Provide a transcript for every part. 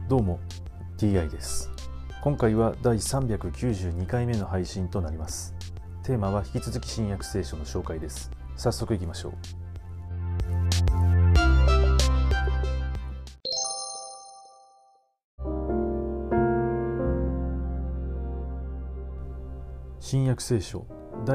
どうも TI です。今回は第392回目の配信となります。テーマは引き続き新約聖書の紹介です。早速いきましょう。新約聖書第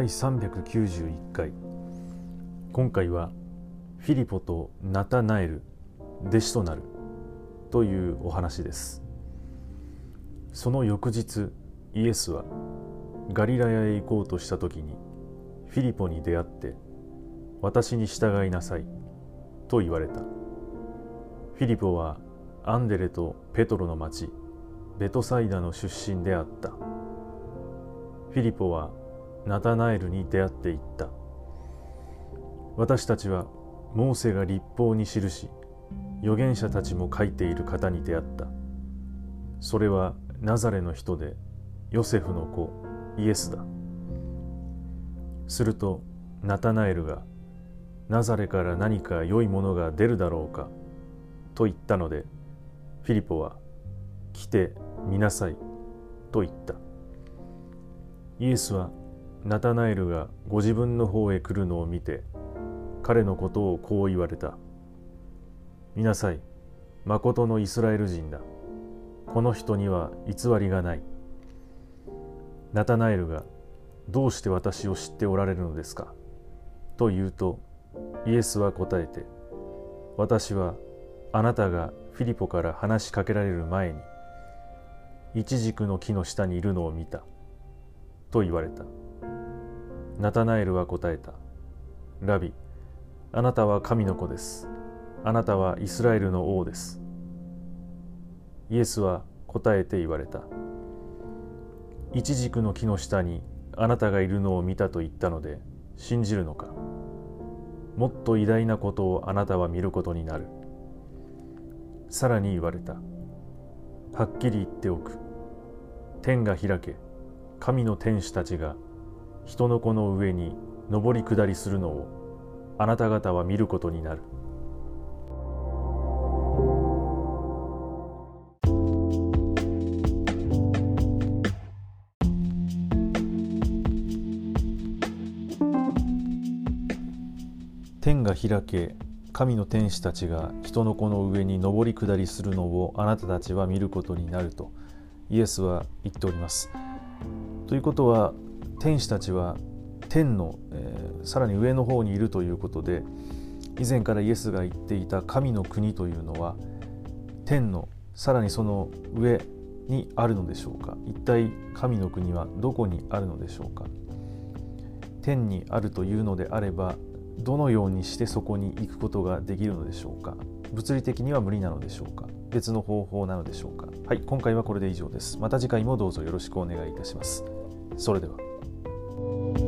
391回。今回はフィリポとナタナエル、弟子となるというお話です。その翌日、イエスはガリラヤへ行こうとした時にフィリポに出会って、私に従いなさいと言われた。フィリポはアンデレとペトロの町ベトサイダの出身であった。フィリポはナタナエルに出会っていった。私たちはモーセが律法に記し、預言者たちも書いている方に出会った。それはナザレの人でヨセフの子イエスだ。するとナタナエルが、ナザレから何か良いものが出るだろうかと言ったので、フィリポは来て見なさいと言った。イエスはナタナエルがご自分の方へ来るのを見て、彼のことをこう言われた。見なさい、まことのイスラエル人だ。この人には偽りがない。ナタナエルが、どうして私を知っておられるのですかと言うと、イエスは答えて、私はあなたがフィリポから話しかけられる前に、イチジクの木の下にいるのを見たと言われた。ナタナエルは答えた。ラビ、あなたは神の子です。あなたはイスラエルの王です。イエスは答えて言われた。イチジクの木の下にあなたがいるのを見たと言ったので信じるのか。もっと偉大なことをあなたは見ることになる。さらに言われた。はっきり言っておく。天が開け、神の天使たちが人の子の上に上り下りするのをあなた方は見ることになる。天が開け、神の天使たちが人の子の上に上り下りするのをあなたたちは見ることになるとイエスは言っております。ということは、天使たちは天の、さらに上の方にいるということで、以前からイエスが言っていた神の国というのは天のさらにその上にあるのでしょうか。一体神の国はどこにあるのでしょうか。天にあるというのであれば、どのようにしてそこに行くことができるのでしょうか。物理的には無理なのでしょうか。別の方法なのでしょうか。はい、今回はこれで以上です。また次回もどうぞよろしくお願いいたします。それでは。